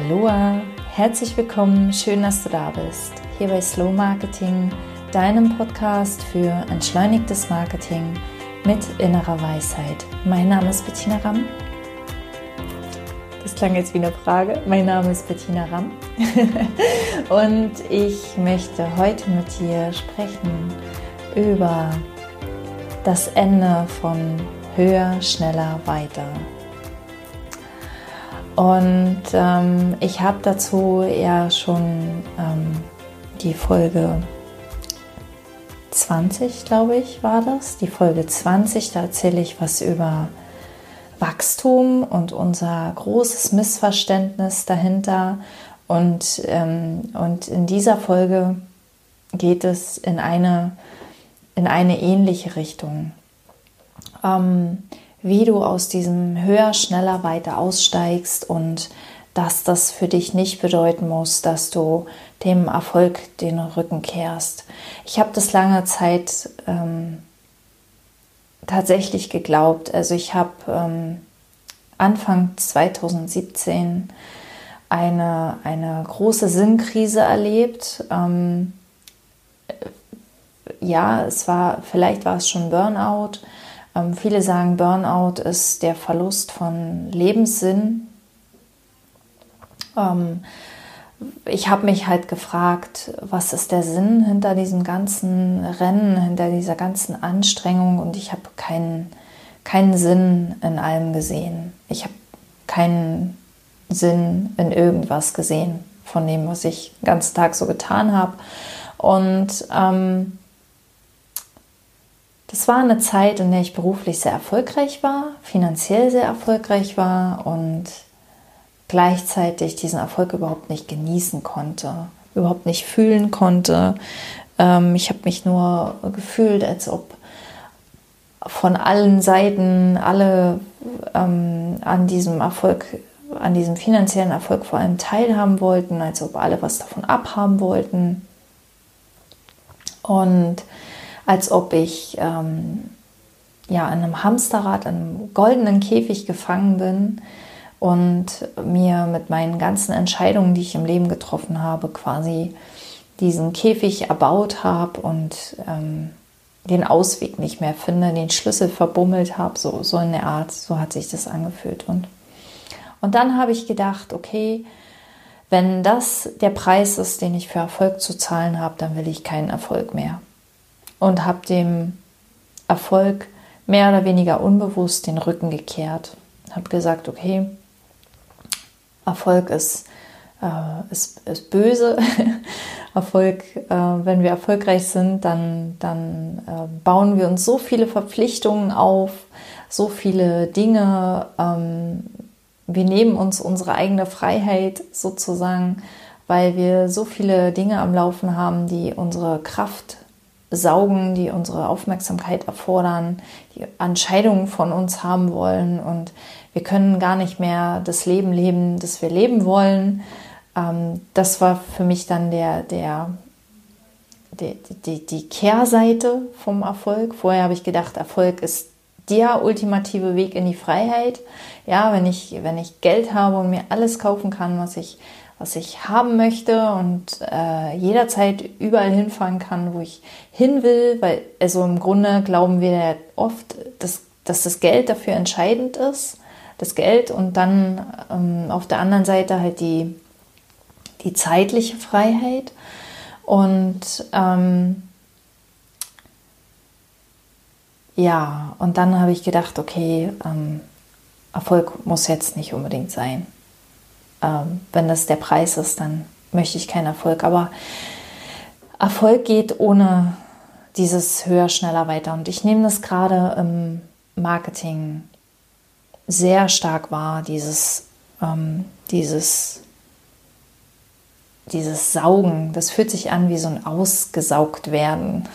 Aloha, herzlich willkommen, schön, dass du da bist. Hier bei Slow Marketing, deinem Podcast für entschleunigtes Marketing mit innerer Weisheit. Mein Name ist Bettina Ramm. Das klang jetzt wie eine Frage. Mein Name ist Bettina Ramm und ich möchte heute mit dir sprechen über das Ende von höher, schneller, weiter. Und ich habe dazu ja schon die Folge 20, glaube ich, war das. Die Folge 20, da erzähle ich was über Wachstum und unser großes Missverständnis dahinter. Und in dieser Folge geht es in eine ähnliche Richtung. Wie du aus diesem höher, schneller, weiter aussteigst und dass das für dich nicht bedeuten muss, dass du dem Erfolg den Rücken kehrst. Ich habe das lange Zeit tatsächlich geglaubt. Also ich habe Anfang 2017 eine große Sinnkrise erlebt. Vielleicht war es schon Burnout. Viele sagen, Burnout ist der Verlust von Lebenssinn. Ich habe mich halt gefragt, was ist der Sinn hinter diesem ganzen Rennen, hinter dieser ganzen Anstrengung, und ich habe keinen Sinn in allem gesehen. Ich habe keinen Sinn in irgendwas gesehen von dem, was ich den ganzen Tag so getan habe. Und das war eine Zeit, in der ich beruflich sehr erfolgreich war, finanziell sehr erfolgreich war und gleichzeitig diesen Erfolg überhaupt nicht genießen konnte, überhaupt nicht fühlen konnte. Ich habe mich nur gefühlt, als ob von allen Seiten alle an diesem Erfolg, an diesem finanziellen Erfolg vor allem teilhaben wollten, als ob alle was davon abhaben wollten. Und als ob ich in einem Hamsterrad, einem goldenen Käfig gefangen bin und mir mit meinen ganzen Entscheidungen, die ich im Leben getroffen habe, quasi diesen Käfig erbaut habe und den Ausweg nicht mehr finde, den Schlüssel verbummelt habe, so in der Art, so hat sich das angefühlt. Und dann habe ich gedacht, okay, wenn das der Preis ist, den ich für Erfolg zu zahlen habe, dann will ich keinen Erfolg mehr. Und habe dem Erfolg mehr oder weniger unbewusst den Rücken gekehrt. Habe gesagt, okay, Erfolg ist böse. Erfolg, wenn wir erfolgreich sind, dann bauen wir uns so viele Verpflichtungen auf, so viele Dinge. Wir nehmen uns unsere eigene Freiheit sozusagen, weil wir so viele Dinge am Laufen haben, die unsere Kraft saugen, die unsere Aufmerksamkeit erfordern, die Entscheidungen von uns haben wollen, und wir können gar nicht mehr das Leben leben, das wir leben wollen. Das war für mich dann die Kehrseite vom Erfolg. Vorher habe ich gedacht, Erfolg ist der ultimative Weg in die Freiheit. Ja, wenn ich Geld habe und mir alles kaufen kann, was ich haben möchte, und jederzeit überall hinfahren kann, wo ich hin will, weil also im Grunde glauben wir ja oft, dass das Geld dafür entscheidend ist, das Geld, und dann auf der anderen Seite halt die zeitliche Freiheit. Und und dann habe ich gedacht, okay, Erfolg muss jetzt nicht unbedingt sein. Wenn das der Preis ist, dann möchte ich keinen Erfolg. Aber Erfolg geht ohne dieses höher, schneller, weiter. Und ich nehme das gerade im Marketing sehr stark wahr, dieses Saugen. Das fühlt sich an wie so ein ausgesaugt werden.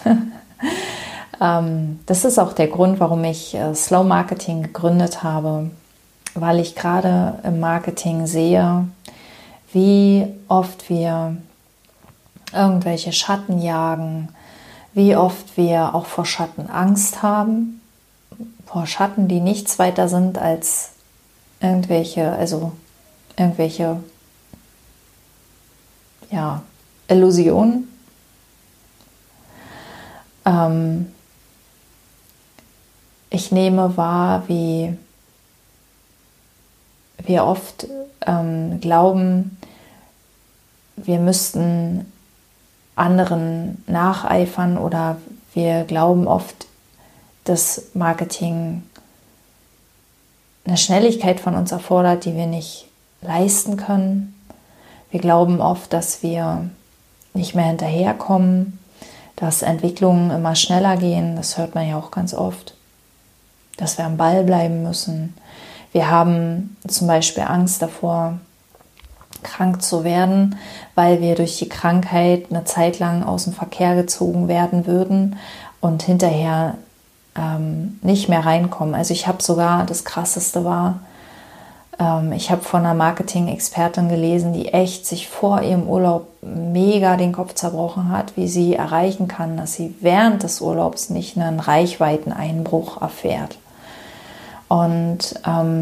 Das ist auch der Grund, warum ich Slow Marketing gegründet habe, weil ich gerade im Marketing sehe, wie oft wir irgendwelche Schatten jagen, wie oft wir auch vor Schatten Angst haben, vor Schatten, die nichts weiter sind als irgendwelche Illusion. Ich nehme wahr, wie wir oft glauben, wir müssten anderen nacheifern, oder wir glauben oft, dass Marketing eine Schnelligkeit von uns erfordert, die wir nicht leisten können. Wir glauben oft, dass wir nicht mehr hinterherkommen, dass Entwicklungen immer schneller gehen. Das hört man ja auch ganz oft, dass wir am Ball bleiben müssen. Wir haben zum Beispiel Angst davor, krank zu werden, weil wir durch die Krankheit eine Zeit lang aus dem Verkehr gezogen werden würden und hinterher nicht mehr reinkommen. Also ich habe sogar, das Krasseste war, ich habe von einer Marketing-Expertin gelesen, die echt sich vor ihrem Urlaub mega den Kopf zerbrochen hat, wie sie erreichen kann, dass sie während des Urlaubs nicht einen Reichweiteneinbruch erfährt. Und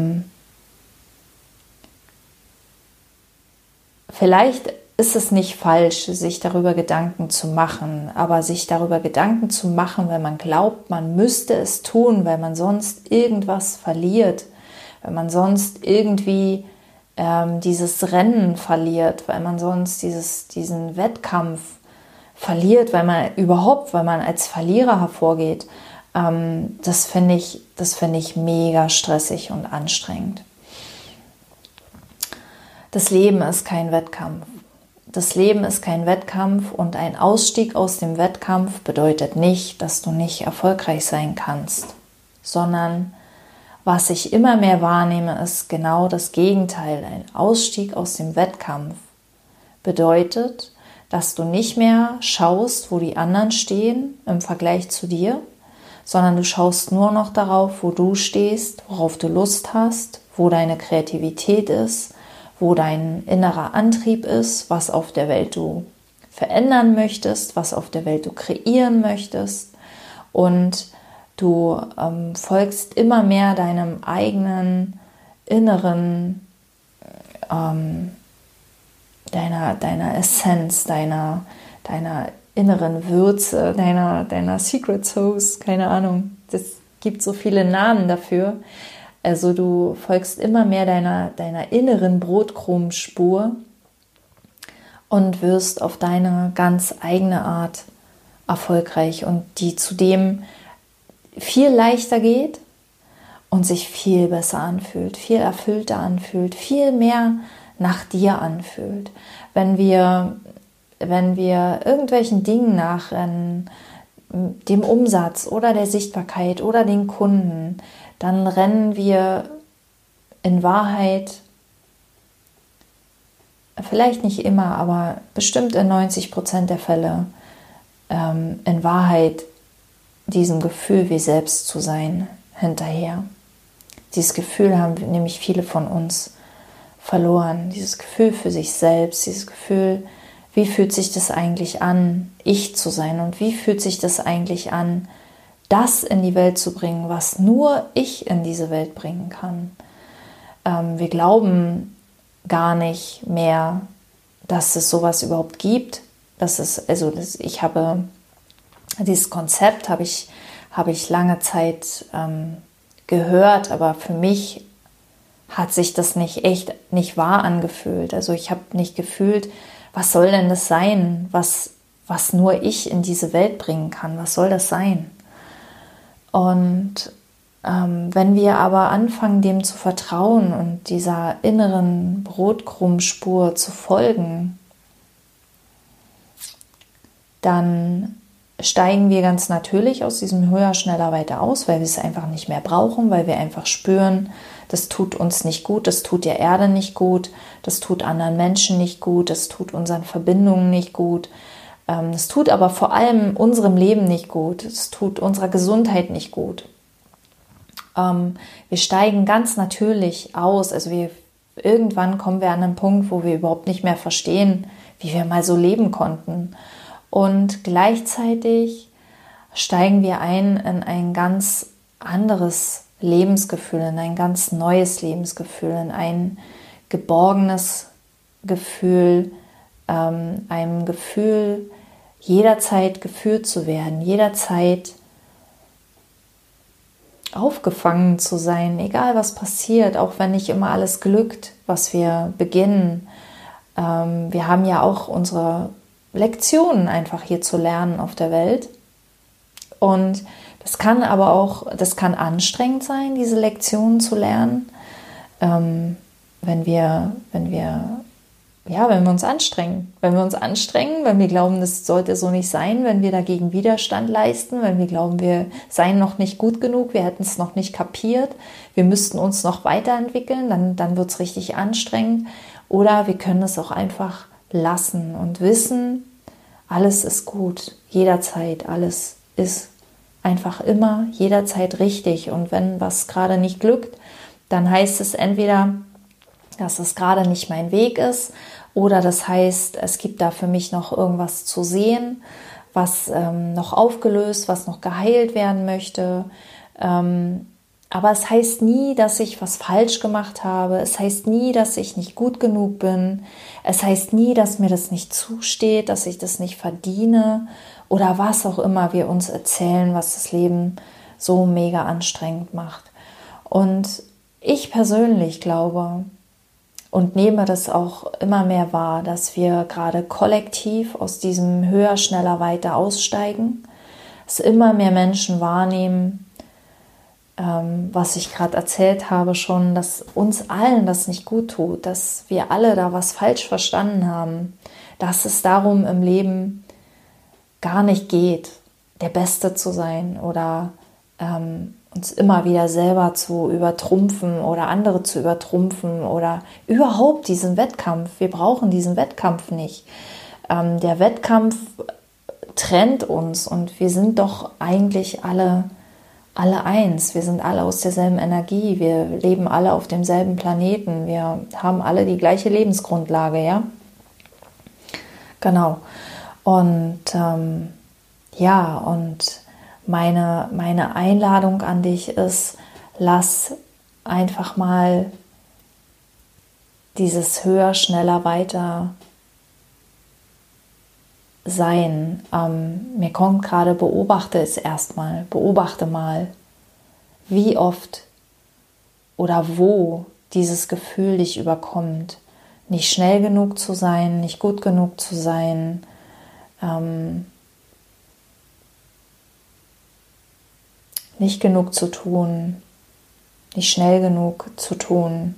vielleicht ist es nicht falsch, sich darüber Gedanken zu machen, aber sich darüber Gedanken zu machen, weil man glaubt, man müsste es tun, weil man sonst irgendwas verliert, weil man sonst irgendwie dieses Rennen verliert, weil man sonst diesen Wettkampf verliert, weil man als Verlierer hervorgeht, das finde ich mega stressig und anstrengend. Das Leben ist kein Wettkampf. Das Leben ist kein Wettkampf, und ein Ausstieg aus dem Wettkampf bedeutet nicht, dass du nicht erfolgreich sein kannst, sondern was ich immer mehr wahrnehme, ist genau das Gegenteil. Ein Ausstieg aus dem Wettkampf bedeutet, dass du nicht mehr schaust, wo die anderen stehen im Vergleich zu dir, sondern du schaust nur noch darauf, wo du stehst, worauf du Lust hast, wo deine Kreativität ist, wo dein innerer Antrieb ist, was auf der Welt du verändern möchtest, was auf der Welt du kreieren möchtest, und du folgst immer mehr deinem eigenen inneren, deiner Essenz, deiner inneren Würze, deiner Secret Sauce, keine Ahnung. Es gibt so viele Namen dafür. Also du folgst immer mehr deiner inneren Brotkrumenspur und wirst auf deine ganz eigene Art erfolgreich, und die zudem viel leichter geht und sich viel besser anfühlt, viel erfüllter anfühlt, viel mehr nach dir anfühlt. Wenn wir irgendwelchen Dingen nachrennen, dem Umsatz oder der Sichtbarkeit oder den Kunden, dann rennen wir in Wahrheit, vielleicht nicht immer, aber bestimmt in 90% der Fälle, in Wahrheit diesem Gefühl, wir selbst zu sein, hinterher. Dieses Gefühl haben nämlich viele von uns verloren. Dieses Gefühl für sich selbst, dieses Gefühl, wie fühlt sich das eigentlich an, ich zu sein, und wie fühlt sich das eigentlich an, das in die Welt zu bringen, was nur ich in diese Welt bringen kann. Wir glauben gar nicht mehr, dass es sowas überhaupt gibt. Dieses Konzept habe ich lange Zeit gehört, aber für mich hat sich das nicht wahr angefühlt. Also ich habe nicht gefühlt, was soll denn das sein, was nur ich in diese Welt bringen kann? Was soll das sein? Und wenn wir aber anfangen, dem zu vertrauen und dieser inneren Brotkrumenspur zu folgen, dann steigen wir ganz natürlich aus diesem höher, schneller, weiter aus, weil wir es einfach nicht mehr brauchen, weil wir einfach spüren, das tut uns nicht gut, das tut der Erde nicht gut, das tut anderen Menschen nicht gut, das tut unseren Verbindungen nicht gut, das tut aber vor allem unserem Leben nicht gut, es tut unserer Gesundheit nicht gut. Wir steigen ganz natürlich aus, also irgendwann kommen wir an einen Punkt, wo wir überhaupt nicht mehr verstehen, wie wir mal so leben konnten. Und gleichzeitig steigen wir ein in ein ganz anderes Lebensgefühl, in ein ganz neues Lebensgefühl, in ein geborgenes Gefühl, einem Gefühl, jederzeit geführt zu werden, jederzeit aufgefangen zu sein, egal was passiert, auch wenn nicht immer alles glückt, was wir beginnen. Wir haben ja auch unsere Lektionen einfach hier zu lernen auf der Welt. Und das kann aber auch, das kann anstrengend sein, diese Lektionen zu lernen, wenn wir uns anstrengen. Wenn wir glauben, das sollte so nicht sein, wenn wir dagegen Widerstand leisten, wenn wir glauben, wir seien noch nicht gut genug, wir hätten es noch nicht kapiert, wir müssten uns noch weiterentwickeln, dann wird es richtig anstrengend. Oder wir können es auch einfach lassen und wissen, alles ist gut, jederzeit, alles ist einfach immer, jederzeit richtig. Und wenn was gerade nicht glückt, dann heißt es entweder, dass es gerade nicht mein Weg ist, oder das heißt, es gibt da für mich noch irgendwas zu sehen, was noch aufgelöst, was noch geheilt werden möchte. Aber es heißt nie, dass ich was falsch gemacht habe. Es heißt nie, dass ich nicht gut genug bin. Es heißt nie, dass mir das nicht zusteht, dass ich das nicht verdiene oder was auch immer wir uns erzählen, was das Leben so mega anstrengend macht. Und ich persönlich glaube und nehme das auch immer mehr wahr, dass wir gerade kollektiv aus diesem höher, schneller, weiter aussteigen, dass immer mehr Menschen wahrnehmen, was ich gerade erzählt habe schon, dass uns allen das nicht gut tut, dass wir alle da was falsch verstanden haben, dass es darum im Leben gar nicht geht, der Beste zu sein oder uns immer wieder selber zu übertrumpfen oder andere zu übertrumpfen oder überhaupt diesen Wettkampf. Wir brauchen diesen Wettkampf nicht. Der Wettkampf trennt uns und wir sind doch eigentlich alle eins. Wir sind alle aus derselben Energie. Wir leben alle auf demselben Planeten. Wir haben alle die gleiche Lebensgrundlage, ja? Genau. Und und meine Einladung an dich ist, lass einfach mal dieses höher, schneller, weiter sein. Mir kommt gerade, beobachte mal, wie oft oder wo dieses Gefühl dich überkommt. Nicht schnell genug zu sein, nicht gut genug zu sein, nicht genug zu tun, nicht schnell genug zu tun.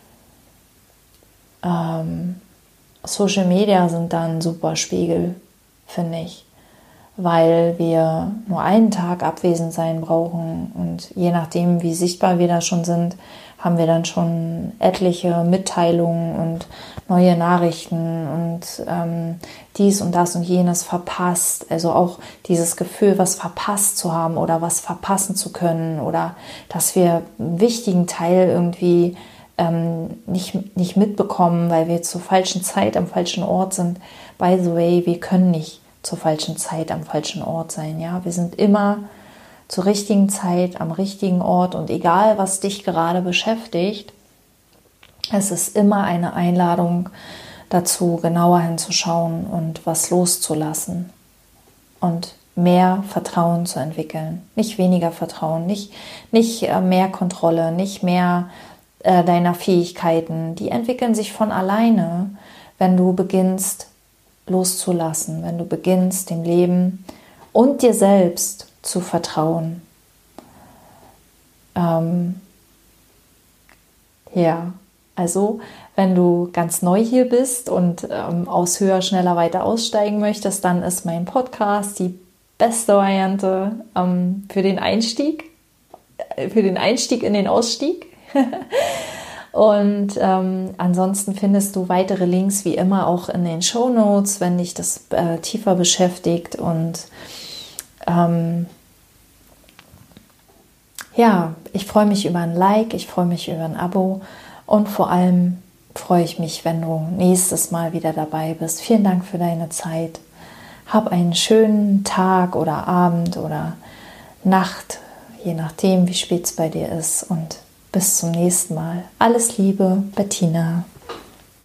Social Media sind da ein super Spiegel, finde ich, weil wir nur einen Tag abwesend sein brauchen und je nachdem, wie sichtbar wir da schon sind, haben wir dann schon etliche Mitteilungen und neue Nachrichten und dies und das und jenes verpasst. Also auch dieses Gefühl, was verpasst zu haben oder was verpassen zu können oder dass wir einen wichtigen Teil irgendwie nicht mitbekommen, weil wir zur falschen Zeit am falschen Ort sind. By the way, wir können nicht zur falschen Zeit am falschen Ort sein. Ja? Wir sind immer zur richtigen Zeit am richtigen Ort und egal, was dich gerade beschäftigt, es ist immer eine Einladung dazu, genauer hinzuschauen und was loszulassen und mehr Vertrauen zu entwickeln. Nicht weniger Vertrauen, nicht mehr Kontrolle, nicht mehr deiner Fähigkeiten. Die entwickeln sich von alleine, wenn du beginnst loszulassen, wenn du beginnst dem Leben und dir selbst zu vertrauen. Also wenn du ganz neu hier bist und aus höher, schneller, weiter aussteigen möchtest, dann ist mein Podcast die beste Variante für den Einstieg in den Ausstieg. Und ansonsten findest du weitere Links wie immer auch in den Shownotes, wenn dich das tiefer beschäftigt. Und ich freue mich über ein Like, ich freue mich über ein Abo und vor allem freue ich mich, wenn du nächstes Mal wieder dabei bist. Vielen Dank für deine Zeit. Hab einen schönen Tag oder Abend oder Nacht, je nachdem, wie spät es bei dir ist, und bis zum nächsten Mal. Alles Liebe, Bettina.